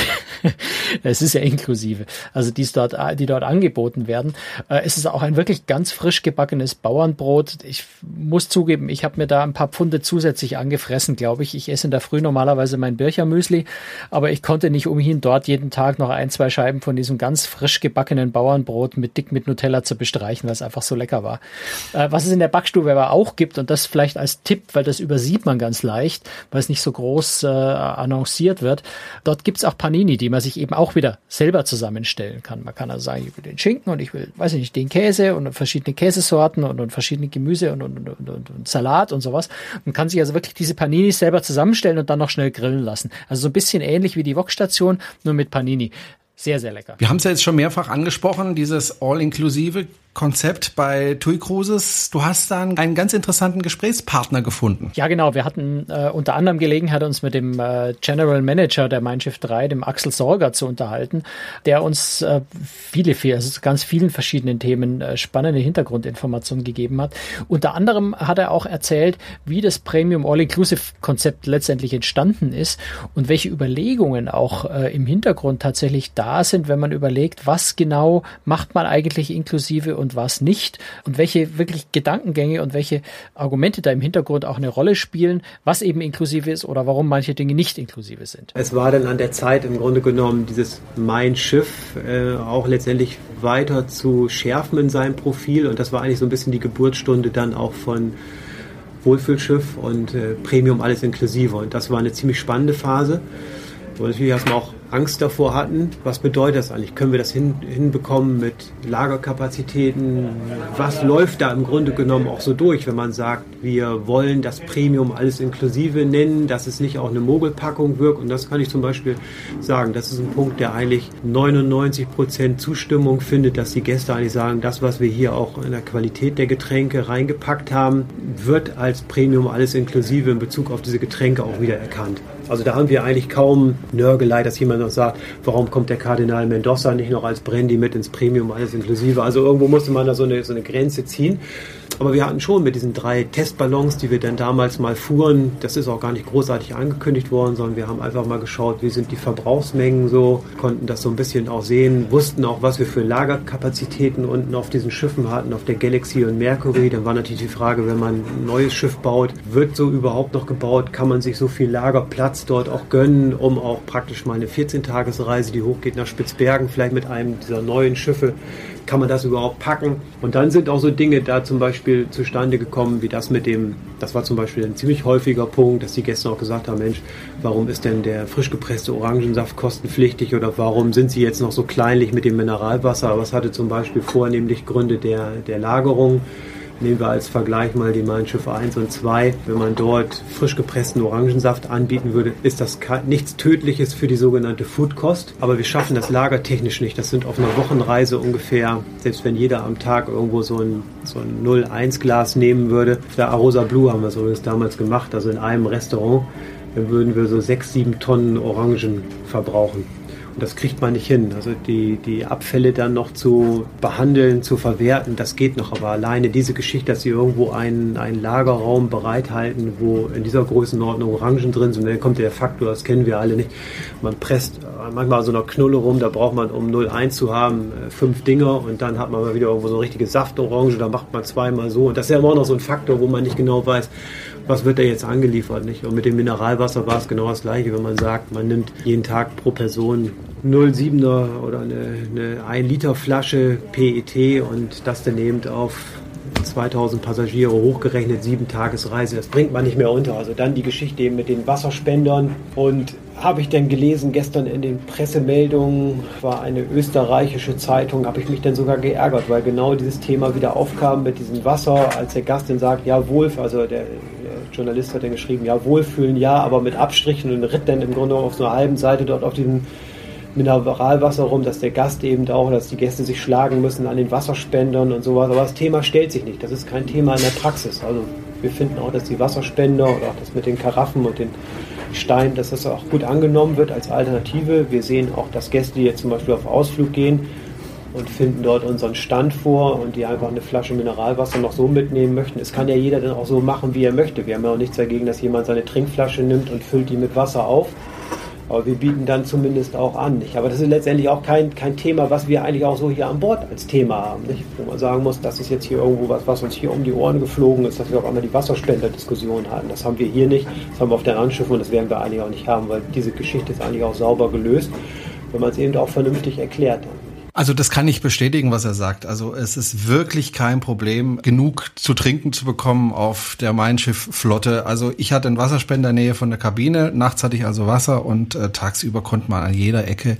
es ist ja inklusive, also die dort, die dort angeboten werden. Äh, es ist auch ein wirklich ganz frisch gebackenes Bauernbrot. Ich muss zugeben, ich habe mir da ein paar Pfunde zusätzlich angefressen, glaube ich. Ich esse in der Früh normalerweise mein Birchermüsli, aber ich konnte nicht umhin, dort jeden Tag noch ein, zwei Scheiben von diesem ganz frisch gebackenen Bauernbrot mit dick mit Nutella zu bestreichen, weil es einfach so lecker war. Äh, was es in der Backstube aber auch gibt, und das vielleicht als Tipp, weil das übersieht man ganz leicht, weil es nicht so groß äh, annonciert wird. Dort gibt's auch Panini, die man sich eben auch wieder selber zusammenstellen kann. Man kann also sagen, ich will den Schinken und ich will, weiß ich nicht, den Käse und verschiedene Käsesorten und, und verschiedene Gemüse und, und, und, und, und Salat und sowas. Man kann sich also wirklich diese Paninis selber zusammenstellen und dann noch schnell grillen lassen. Also so ein bisschen ähnlich wie die Wok-Station, nur mit Panini. Sehr, sehr lecker. Wir haben es ja jetzt schon mehrfach angesprochen, dieses All-Inklusive Konzept bei TUI Cruises. Du hast dann einen ganz interessanten Gesprächspartner gefunden. Ja, genau. Wir hatten äh, unter anderem Gelegenheit, uns mit dem äh, General Manager der Mein Schiff drei, dem Axel Sorger, zu unterhalten, der uns äh, viele, viele, also zu ganz vielen verschiedenen Themen äh, spannende Hintergrundinformationen gegeben hat. Unter anderem hat er auch erzählt, wie das Premium All-Inclusive-Konzept letztendlich entstanden ist und welche Überlegungen auch äh, im Hintergrund tatsächlich da sind, wenn man überlegt, was genau macht man eigentlich inklusive und was nicht und welche wirklich Gedankengänge und welche Argumente da im Hintergrund auch eine Rolle spielen, was eben inklusive ist oder warum manche Dinge nicht inklusive sind. Es war dann an der Zeit im Grunde genommen, dieses Mein Schiff äh, auch letztendlich weiter zu schärfen in seinem Profil, und das war eigentlich so ein bisschen die Geburtsstunde dann auch von Wohlfühlschiff und äh, Premium alles inklusive, und das war eine ziemlich spannende Phase, wo natürlich erstmal auch Angst davor hatten, was bedeutet das eigentlich? Können wir das hin, hinbekommen mit Lagerkapazitäten? Was läuft da im Grunde genommen auch so durch, wenn man sagt, wir wollen das Premium alles inklusive nennen, dass es nicht auch eine Mogelpackung wirkt? Und das kann ich zum Beispiel sagen, das ist ein Punkt, der eigentlich neunundneunzig Prozent Zustimmung findet, dass die Gäste eigentlich sagen, das, was wir hier auch in der Qualität der Getränke reingepackt haben, wird als Premium alles inklusive in Bezug auf diese Getränke auch wieder erkannt. Also da haben wir eigentlich kaum Nörgelei, dass jemand noch sagt, warum kommt der Kardinal Mendoza nicht noch als Brandy mit ins Premium, alles inklusive. Also irgendwo musste man da so eine, so eine Grenze ziehen. Aber wir hatten schon mit diesen drei Testballons, die wir dann damals mal fuhren, das ist auch gar nicht großartig angekündigt worden, sondern wir haben einfach mal geschaut, wie sind die Verbrauchsmengen so, konnten das so ein bisschen auch sehen, wussten auch, was wir für Lagerkapazitäten unten auf diesen Schiffen hatten, auf der Galaxy und Mercury. Dann war natürlich die Frage, wenn man ein neues Schiff baut, wird so überhaupt noch gebaut, kann man sich so viel Lagerplatz dort auch gönnen, um auch praktisch mal eine vierzehn-Tagesreise, die hochgeht nach Spitzbergen, vielleicht mit einem dieser neuen Schiffe kann man das überhaupt packen? Und dann sind auch so Dinge da zum Beispiel zustande gekommen, wie das mit dem, das war zum Beispiel ein ziemlich häufiger Punkt, dass die Gäste auch gesagt haben, Mensch, warum ist denn der frisch gepresste Orangensaft kostenpflichtig oder warum sind sie jetzt noch so kleinlich mit dem Mineralwasser? Aber es hatte zum Beispiel vornehmlich Gründe der, der Lagerung. Nehmen wir als Vergleich mal die Mein Schiff eins und zwei. Wenn man dort frisch gepressten Orangensaft anbieten würde, ist das nichts Tödliches für die sogenannte Food-Kost. Aber wir schaffen das lagertechnisch nicht. Das sind auf einer Wochenreise ungefähr, selbst wenn jeder am Tag irgendwo so ein, so ein null eins Glas nehmen würde. Auf der Arosa Blue haben wir so das damals gemacht, also in einem Restaurant. Dann würden wir so sechs, sieben Tonnen Orangen verbrauchen. Das kriegt man nicht hin. Also die, die Abfälle dann noch zu behandeln, zu verwerten, das geht noch. Aber alleine diese Geschichte, dass sie irgendwo einen, einen Lagerraum bereithalten, wo in dieser Größenordnung Orangen drin sind, dann kommt der Faktor, das kennen wir alle nicht. Man presst manchmal so einer Knulle rum, da braucht man, um null eins zu haben, fünf Dinger und dann hat man mal wieder irgendwo so eine richtige Saftorange, da macht man zweimal so. Und das ist ja immer noch so ein Faktor, wo man nicht genau weiß, was wird da jetzt angeliefert, nicht? Und mit dem Mineralwasser war es genau das Gleiche, wenn man sagt, man nimmt jeden Tag pro Person null Komma siebener oder eine, eine ein Liter Flasche P E T und das dann eben auf zweitausend Passagiere hochgerechnet, sieben Tagesreise, das bringt man nicht mehr unter. Also dann die Geschichte eben mit den Wasserspendern und habe ich denn gelesen, gestern in den Pressemeldungen war eine österreichische Zeitung, habe ich mich dann sogar geärgert, weil genau dieses Thema wieder aufkam mit diesem Wasser, als der Gast dann sagt, ja wohl, also der, der Journalist hat dann geschrieben, ja wohlfühlen, ja, aber mit Abstrichen und ritt dann im Grunde auf so einer halben Seite dort auf diesem Mineralwasser rum, dass der Gast eben auch, dass die Gäste sich schlagen müssen an den Wasserspendern und sowas, aber das Thema stellt sich nicht, das ist kein Thema in der Praxis, also wir finden auch, dass die Wasserspender oder auch das mit den Karaffen und den Steinen, dass das auch gut angenommen wird als Alternative. Wir sehen auch, dass Gäste, die jetzt zum Beispiel auf Ausflug gehen und finden dort unseren Stand vor und die einfach eine Flasche Mineralwasser noch so mitnehmen möchten. Es kann ja jeder dann auch so machen, wie er möchte. Wir haben ja auch nichts dagegen, dass jemand seine Trinkflasche nimmt und füllt die mit Wasser auf. Aber wir bieten dann zumindest auch an. Nicht? Aber das ist letztendlich auch kein, kein Thema, was wir eigentlich auch so hier an Bord als Thema haben. Nicht? Wo man sagen muss, das ist jetzt hier irgendwo was, was uns hier um die Ohren geflogen ist, dass wir auf einmal die Wasserspenderdiskussion hatten. Das haben wir hier nicht, das haben wir auf den Anschiffen und das werden wir eigentlich auch nicht haben, weil diese Geschichte ist eigentlich auch sauber gelöst, wenn man es eben auch vernünftig erklärt hat. Also das kann ich bestätigen, was er sagt. Also es ist wirklich kein Problem, genug zu trinken zu bekommen auf der Mein Schiff Flotte. Also ich hatte einen Wasserspender in der Nähe von der Kabine. Nachts hatte ich also Wasser und äh, tagsüber konnte man an jeder Ecke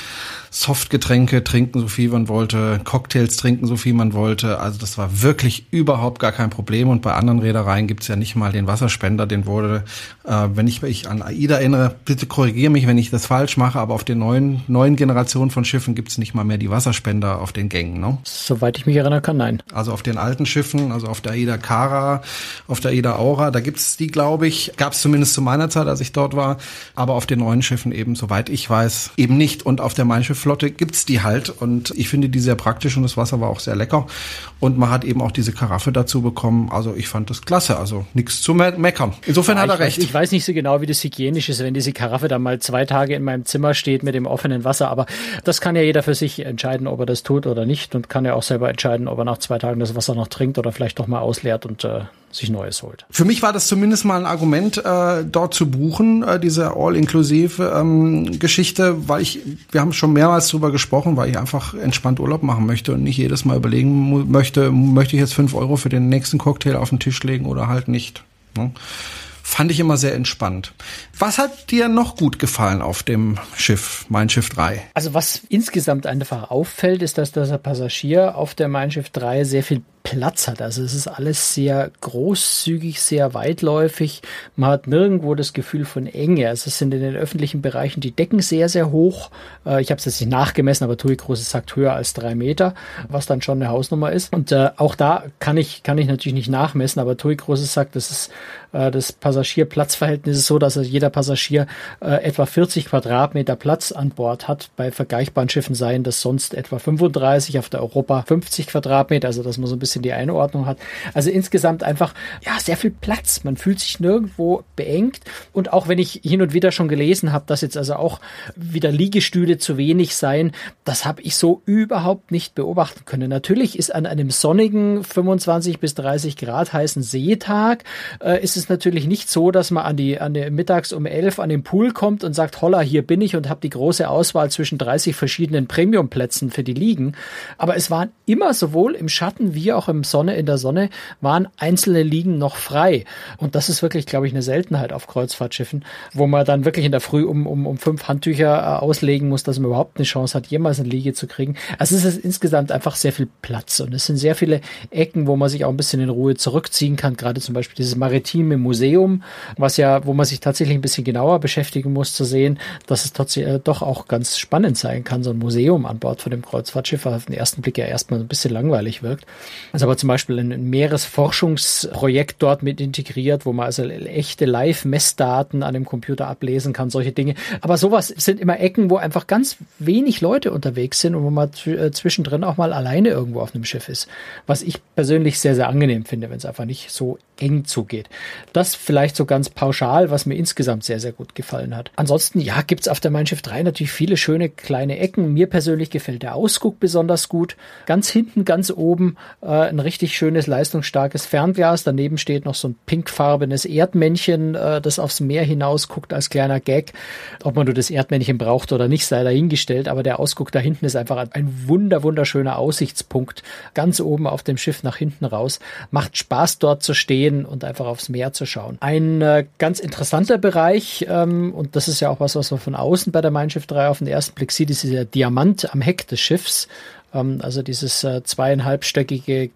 Softgetränke trinken, so viel man wollte, Cocktails trinken, so viel man wollte. Also das war wirklich überhaupt gar kein Problem. Und bei anderen Reedereien gibt's ja nicht mal den Wasserspender. Den wurde, äh, wenn ich mich an AIDA erinnere, bitte korrigiere mich, wenn ich das falsch mache, aber auf den neuen neuen Generationen von Schiffen gibt's nicht mal mehr die Wasserspender auf den Gängen. Ne? Soweit ich mich erinnern kann, nein. Also auf den alten Schiffen, also auf der AIDA Cara, auf der AIDA Aura, da gibt's die, glaube ich. Gab's zumindest zu meiner Zeit, als ich dort war. Aber auf den neuen Schiffen eben, soweit ich weiß, eben nicht. Und auf der Mein Schiff Flotte gibt's die halt und ich finde die sehr praktisch und das Wasser war auch sehr lecker und man hat eben auch diese Karaffe dazu bekommen, also ich fand das klasse, also nichts zu me- meckern. Insofern ja, hat er recht. Weiß, ich weiß nicht so genau, wie das hygienisch ist, wenn diese Karaffe da mal zwei Tage in meinem Zimmer steht mit dem offenen Wasser, aber das kann ja jeder für sich entscheiden, ob er das tut oder nicht und kann ja auch selber entscheiden, ob er nach zwei Tagen das Wasser noch trinkt oder vielleicht doch mal ausleert und äh, sich Neues holt. Für mich war das zumindest mal ein Argument, äh, dort zu buchen, äh, diese All-Inclusive-Geschichte, ähm, weil ich, wir haben schon mehrmals drüber gesprochen, weil ich einfach entspannt Urlaub machen möchte und nicht jedes Mal überlegen mu- möchte, möchte ich jetzt fünf Euro für den nächsten Cocktail auf den Tisch legen oder halt nicht. Ne? Fand ich immer sehr entspannt. Was hat dir noch gut gefallen auf dem Schiff, Mein Schiff drei? Also was insgesamt einfach auffällt, ist, dass der Passagier auf der Mein Schiff drei sehr viel Platz hat. Also es ist alles sehr großzügig, sehr weitläufig. Man hat nirgendwo das Gefühl von Enge. Also es sind in den öffentlichen Bereichen die Decken sehr, sehr hoch. Ich habe es jetzt nicht nachgemessen, aber TUI Cruises sagt höher als drei Meter, was dann schon eine Hausnummer ist. Und äh, auch da kann ich kann ich natürlich nicht nachmessen, aber TUI Cruises sagt, das ist äh, das Passagier-Platz-Verhältnis ist so, dass jeder Passagier äh, etwa vierzig Quadratmeter Platz an Bord hat. Bei vergleichbaren Schiffen seien das sonst etwa fünfunddreißig, auf der Europa fünfzig Quadratmeter, also dass man so ein bisschen die Einordnung hat. Also insgesamt einfach, ja, sehr viel Platz. Man fühlt sich nirgendwo beengt. Und auch wenn ich hin und wieder schon gelesen habe, dass jetzt also auch wieder Liegestühle zu wenig seien, das habe ich so überhaupt nicht beobachten können. Natürlich ist an einem sonnigen fünfundzwanzig bis dreißig Grad heißen Seetag, äh, ist es natürlich nicht nicht so, dass man an die, an die mittags um elf an den Pool kommt und sagt, holla, hier bin ich und habe die große Auswahl zwischen dreißig verschiedenen Premiumplätzen für die Liegen. Aber es waren immer sowohl im Schatten wie auch im Sonne, in der Sonne, waren einzelne Liegen noch frei. Und das ist wirklich, glaube ich, eine Seltenheit auf Kreuzfahrtschiffen, wo man dann wirklich in der Früh um, um, um fünf Handtücher äh, auslegen muss, dass man überhaupt eine Chance hat, jemals eine Liege zu kriegen. Also es ist insgesamt einfach sehr viel Platz und es sind sehr viele Ecken, wo man sich auch ein bisschen in Ruhe zurückziehen kann. Gerade zum Beispiel dieses maritime Museum, was ja, wo man sich tatsächlich ein bisschen genauer beschäftigen muss, zu sehen, dass es trotzdem äh, doch auch ganz spannend sein kann, so ein Museum an Bord von dem Kreuzfahrtschiff, was auf den ersten Blick ja erstmal ein bisschen langweilig wirkt. Also aber zum Beispiel ein Meeresforschungsprojekt dort mit integriert, wo man also echte Live-Messdaten an dem Computer ablesen kann, solche Dinge. Aber sowas sind immer Ecken, wo einfach ganz wenig Leute unterwegs sind und wo man zwischendrin auch mal alleine irgendwo auf einem Schiff ist. Was ich persönlich sehr, sehr angenehm finde, wenn es einfach nicht so eng zugeht. Das vielleicht so ganz pauschal, was mir insgesamt sehr, sehr gut gefallen hat. Ansonsten, ja, gibt's auf der Mein Schiff drei natürlich viele schöne kleine Ecken. Mir persönlich gefällt der Ausguck besonders gut. Ganz hinten, ganz oben äh, ein richtig schönes, leistungsstarkes Fernglas. Daneben steht noch so ein pinkfarbenes Erdmännchen, äh, das aufs Meer hinaus guckt als kleiner Gag. Ob man nur das Erdmännchen braucht oder nicht, sei dahingestellt. Aber der Ausguck da hinten ist einfach ein wunder, wunderschöner Aussichtspunkt. Ganz oben auf dem Schiff nach hinten raus. Macht Spaß, dort zu stehen und einfach aufs Meer zu schauen. Ein äh, ganz interessanter Bereich, ähm, und das ist ja auch was, was man von außen bei der Mein Schiff drei auf den ersten Blick sieht, ist dieser Diamant am Heck des Schiffs. Ähm, also dieses äh, zweieinhalbstöckige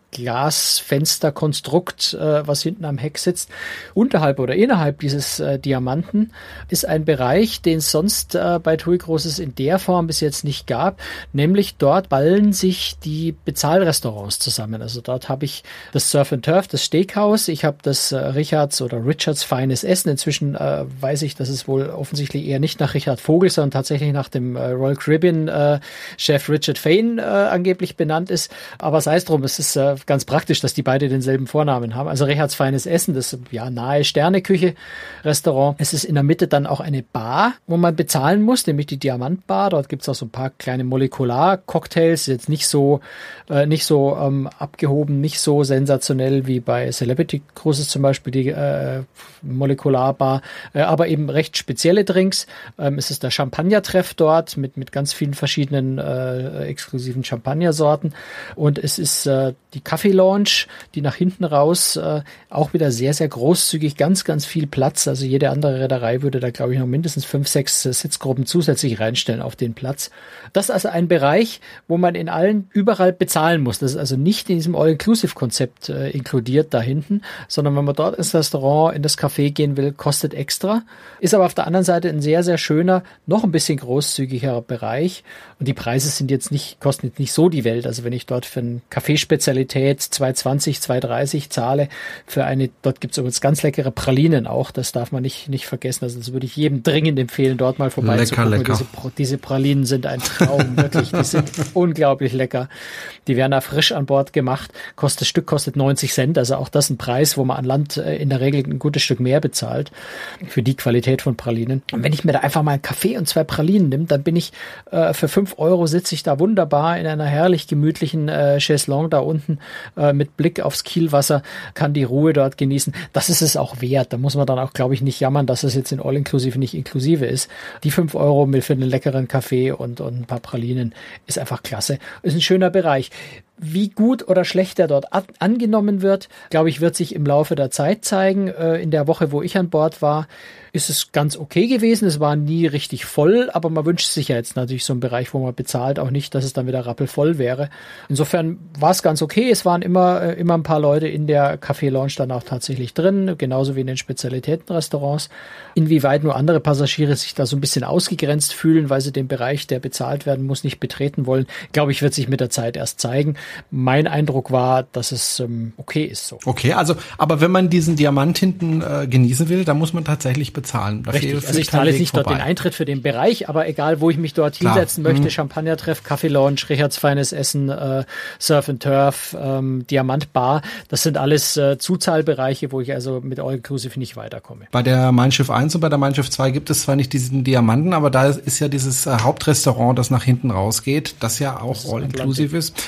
Glasfensterkonstrukt, äh, was hinten am Heck sitzt. Unterhalb oder innerhalb dieses äh, Diamanten ist ein Bereich, den es sonst äh, bei TUI Cruises in der Form bis jetzt nicht gab. Nämlich dort ballen sich die Bezahlrestaurants zusammen. Also dort habe ich das Surf and Turf, das Steakhouse. Ich habe das äh, Richards oder Richards feines Essen. Inzwischen äh, weiß ich, dass es wohl offensichtlich eher nicht nach Richard Vogel, sondern tatsächlich nach dem äh, Royal Caribbean äh, Chef Richard Fain äh, angeblich benannt ist. Aber sei es drum, es ist äh, ganz praktisch, dass die beide denselben Vornamen haben. Also Richards feines Essen, das ja nahe Sterneküche Restaurant. Es ist in der Mitte dann auch eine Bar, wo man bezahlen muss, nämlich die Diamantbar. Dort gibt es auch so ein paar kleine Molekular-Cocktails, jetzt nicht so äh, nicht so ähm, abgehoben, nicht so sensationell wie bei Celebrity Cruises zum Beispiel die äh, Molekularbar, äh, aber eben recht spezielle Drinks. Ähm, es ist der Champagner-Treff dort mit mit ganz vielen verschiedenen äh, exklusiven Champagnersorten und es ist äh, die Kaffee-Lounge, die nach hinten raus äh, auch wieder sehr, sehr großzügig, ganz, ganz viel Platz. Also jede andere Reederei würde da, glaube ich, noch mindestens fünf, sechs äh, Sitzgruppen zusätzlich reinstellen auf den Platz. Das ist also ein Bereich, wo man in allen überall bezahlen muss. Das ist also nicht in diesem All-Inclusive-Konzept äh, inkludiert da hinten, sondern wenn man dort ins Restaurant, in das Café gehen will, kostet extra. Ist aber auf der anderen Seite ein sehr, sehr schöner, noch ein bisschen großzügigerer Bereich. Und die Preise sind jetzt nicht, kosten jetzt nicht so die Welt. Also wenn ich dort für ein Kaffeespezialität zwei zwanzig, zwei dreißig zahle für eine, dort gibt es übrigens ganz leckere Pralinen auch, das darf man nicht nicht vergessen. Also das würde ich jedem dringend empfehlen, dort mal vorbeizukommen. Lecker, lecker. Diese, diese Pralinen sind ein Traum, wirklich. Die sind unglaublich lecker. Die werden da frisch an Bord gemacht. Kostet, das Stück kostet neunzig Cent, also auch das ein Preis, wo man an Land in der Regel ein gutes Stück mehr bezahlt für die Qualität von Pralinen. Und wenn ich mir da einfach mal einen Kaffee und zwei Pralinen nehme, dann bin ich äh, für fünf Euro sitze ich da wunderbar in einer herrlich gemütlichen äh, Chaiselong da unten äh, mit Blick aufs Kielwasser, kann die Ruhe dort genießen. Das ist es auch wert. Da muss man dann auch, glaube ich, nicht jammern, dass es jetzt in All-Inclusive nicht inklusive ist. Die fünf Euro für einen leckeren Kaffee und, und ein paar Pralinen ist einfach klasse. Ist ein schöner Bereich. Wie gut oder schlecht er dort an, angenommen wird, glaube ich, wird sich im Laufe der Zeit zeigen. Äh, in der Woche, wo ich an Bord war, ist es ganz okay gewesen. Es war nie richtig voll, aber man wünscht sich ja jetzt natürlich so einen Bereich, wo man bezahlt, auch nicht, dass es dann wieder rappelvoll wäre. Insofern war es ganz okay. Es waren immer, äh, immer ein paar Leute in der Café-Lounge dann auch tatsächlich drin, genauso wie in den Spezialitätenrestaurants. Inwieweit nur andere Passagiere sich da so ein bisschen ausgegrenzt fühlen, weil sie den Bereich, der bezahlt werden muss, nicht betreten wollen, glaube ich, wird sich mit der Zeit erst zeigen. Mein Eindruck war, dass es ähm, okay ist so. Okay, also, aber wenn man diesen Diamant hinten äh, genießen will, dann muss man tatsächlich bezahlen. Dafür Richtig, also ich zahle jetzt nicht vorbei. Dort den Eintritt für den Bereich, aber egal, wo ich mich dort Klar. hinsetzen möchte, mhm. Champagner-Treff, Kaffee-Lounge, Richards feines Essen, äh, Surf and Turf, ähm, Diamant-Bar, das sind alles äh, Zuzahlbereiche, wo ich also mit All-Inclusive nicht weiterkomme. Bei der Mein Schiff eins und bei der Mein Schiff zwei gibt es zwar nicht diesen Diamanten, aber da ist ja dieses äh, Hauptrestaurant, das nach hinten rausgeht, das ja auch All-Inclusive ist. Vielleicht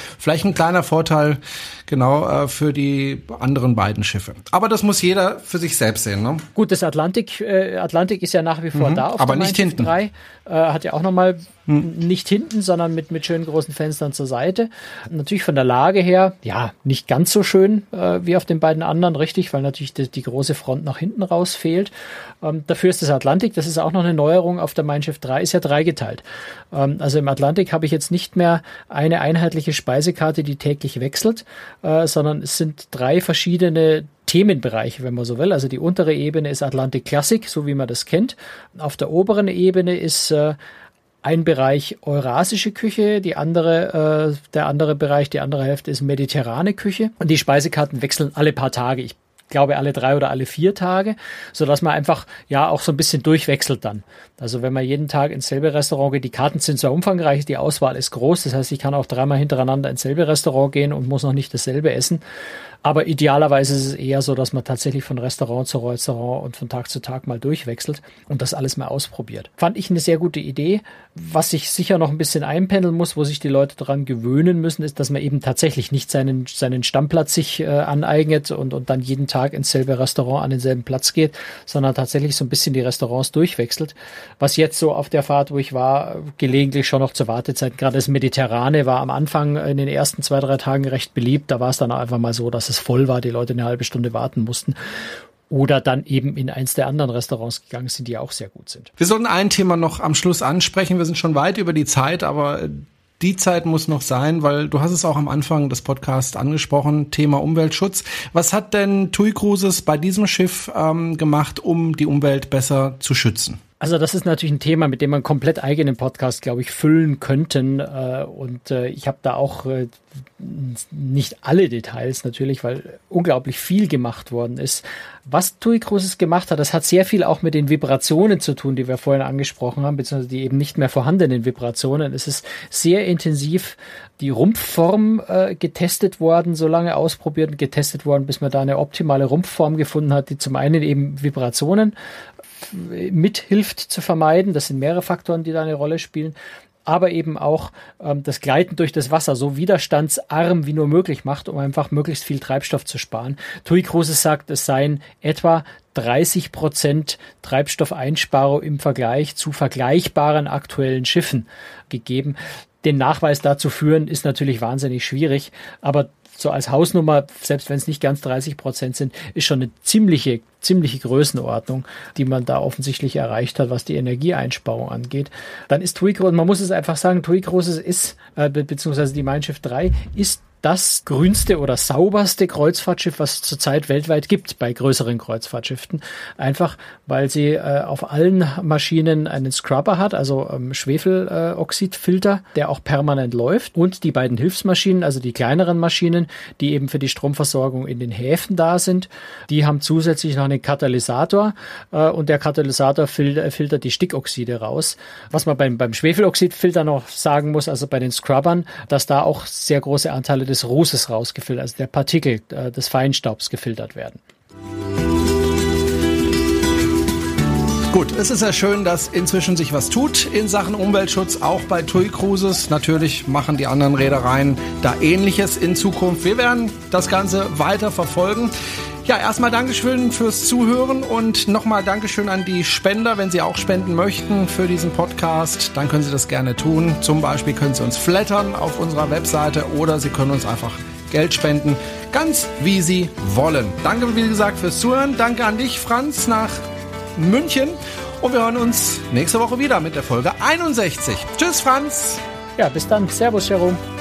vielleicht ein kleiner Vorteil, genau, äh, für die anderen beiden Schiffe. Aber das muss jeder für sich selbst sehen, ne? Gut, das Atlantik, äh, Atlantik ist ja nach wie vor mhm, da auf aber der nicht hinten. drei. Äh, hat ja auch nochmal hm. nicht hinten, sondern mit, mit schönen großen Fenstern zur Seite. Natürlich von der Lage her, ja, nicht ganz so schön äh, wie auf den beiden anderen, richtig, weil natürlich die, die große Front nach hinten raus fehlt. Ähm, dafür ist das Atlantik, das ist auch noch eine Neuerung, auf der Mein Schiff drei ist ja dreigeteilt. Ähm, also im Atlantik habe ich jetzt nicht mehr eine einheitliche Speisekarte, die täglich wechselt, äh, sondern es sind drei verschiedene Themenbereiche, wenn man so will. Also die untere Ebene ist Atlantik Classic, so wie man das kennt. Auf der oberen Ebene ist äh, ein Bereich eurasische Küche, die andere, äh, der andere Bereich, die andere Hälfte ist mediterrane Küche. Und die Speisekarten wechseln alle paar Tage. Ich glaube alle drei oder alle vier Tage, so dass man einfach ja auch so ein bisschen durchwechselt dann. Also wenn man jeden Tag ins selbe Restaurant geht, die Karten sind zwar umfangreich, die Auswahl ist groß, das heißt, ich kann auch dreimal hintereinander ins selbe Restaurant gehen und muss noch nicht dasselbe essen. Aber idealerweise ist es eher so, dass man tatsächlich von Restaurant zu Restaurant und von Tag zu Tag mal durchwechselt und das alles mal ausprobiert. Fand ich eine sehr gute Idee. Was sich sicher noch ein bisschen einpendeln muss, wo sich die Leute daran gewöhnen müssen, ist, dass man eben tatsächlich nicht seinen, seinen Stammplatz sich äh, aneignet und, und dann jeden Tag ins selbe Restaurant an denselben Platz geht, sondern tatsächlich so ein bisschen die Restaurants durchwechselt. Was jetzt so auf der Fahrt, wo ich war, gelegentlich schon noch zur Wartezeit, gerade das Mediterrane war am Anfang in den ersten zwei, drei Tagen recht beliebt. Da war es dann einfach mal so, dass es voll war, die Leute eine halbe Stunde warten mussten. Oder dann eben in eins der anderen Restaurants gegangen sind, die auch sehr gut sind. Wir sollten ein Thema noch am Schluss ansprechen. Wir sind schon weit über die Zeit, aber die Zeit muss noch sein, weil du hast es auch am Anfang des Podcasts angesprochen, Thema Umweltschutz. Was hat denn TUI Cruises bei diesem Schiff ähm, gemacht, um die Umwelt besser zu schützen? Also das ist natürlich ein Thema, mit dem man komplett eigenen Podcast, glaube ich, füllen könnten. Und ich habe da auch nicht alle Details natürlich, weil unglaublich viel gemacht worden ist. Was TUI Cruises gemacht hat, das hat sehr viel auch mit den Vibrationen zu tun, die wir vorhin angesprochen haben, beziehungsweise die eben nicht mehr vorhandenen Vibrationen. Es ist sehr intensiv die Rumpfform äh, getestet worden, so lange ausprobiert und getestet worden, bis man da eine optimale Rumpfform gefunden hat, die zum einen eben Vibrationen mithilft zu vermeiden. Das sind mehrere Faktoren, die da eine Rolle spielen. Aber eben auch ähm, das Gleiten durch das Wasser so widerstandsarm wie nur möglich macht, um einfach möglichst viel Treibstoff zu sparen. TUI Cruises sagt, es seien etwa dreißig Prozent Treibstoffeinsparung im Vergleich zu vergleichbaren aktuellen Schiffen gegeben. Den Nachweis dazu führen ist natürlich wahnsinnig schwierig, aber so als Hausnummer, selbst wenn es nicht ganz dreißig Prozent sind, ist schon eine ziemliche, ziemliche Größenordnung, die man da offensichtlich erreicht hat, was die Energieeinsparung angeht. Dann ist TUI Cruises, man muss es einfach sagen, TUI Cruises ist, äh, be- beziehungsweise die Mein Schiff drei, ist das grünste oder sauberste Kreuzfahrtschiff, was es zurzeit weltweit gibt bei größeren Kreuzfahrtschiffen. Einfach, weil sie äh, auf allen Maschinen einen Scrubber hat, also ähm, Schwefeloxidfilter, äh, der auch permanent läuft. Und die beiden Hilfsmaschinen, also die kleineren Maschinen, die eben für die Stromversorgung in den Häfen da sind, die haben zusätzlich noch einen Katalysator äh, und der Katalysator fil- filtert die Stickoxide raus. Was man beim, beim Schwefeloxidfilter noch sagen muss, also bei den Scrubbern, dass da auch sehr große Anteile des Rußes rausgefiltert, also der Partikel äh, des Feinstaubs gefiltert werden. Gut, es ist ja schön, dass inzwischen sich was tut in Sachen Umweltschutz, auch bei TUI Cruises. Natürlich machen die anderen Reedereien da Ähnliches in Zukunft. Wir werden das Ganze weiter verfolgen. Ja, erstmal Dankeschön fürs Zuhören und nochmal Dankeschön an die Spender. Wenn Sie auch spenden möchten für diesen Podcast, dann können Sie das gerne tun. Zum Beispiel können Sie uns flattern auf unserer Webseite oder Sie können uns einfach Geld spenden, ganz wie Sie wollen. Danke, wie gesagt, fürs Zuhören. Danke an dich, Franz, nach München. Und wir hören uns nächste Woche wieder mit der Folge einundsechzig. Tschüss, Franz. Ja, bis dann. Servus, Jerome.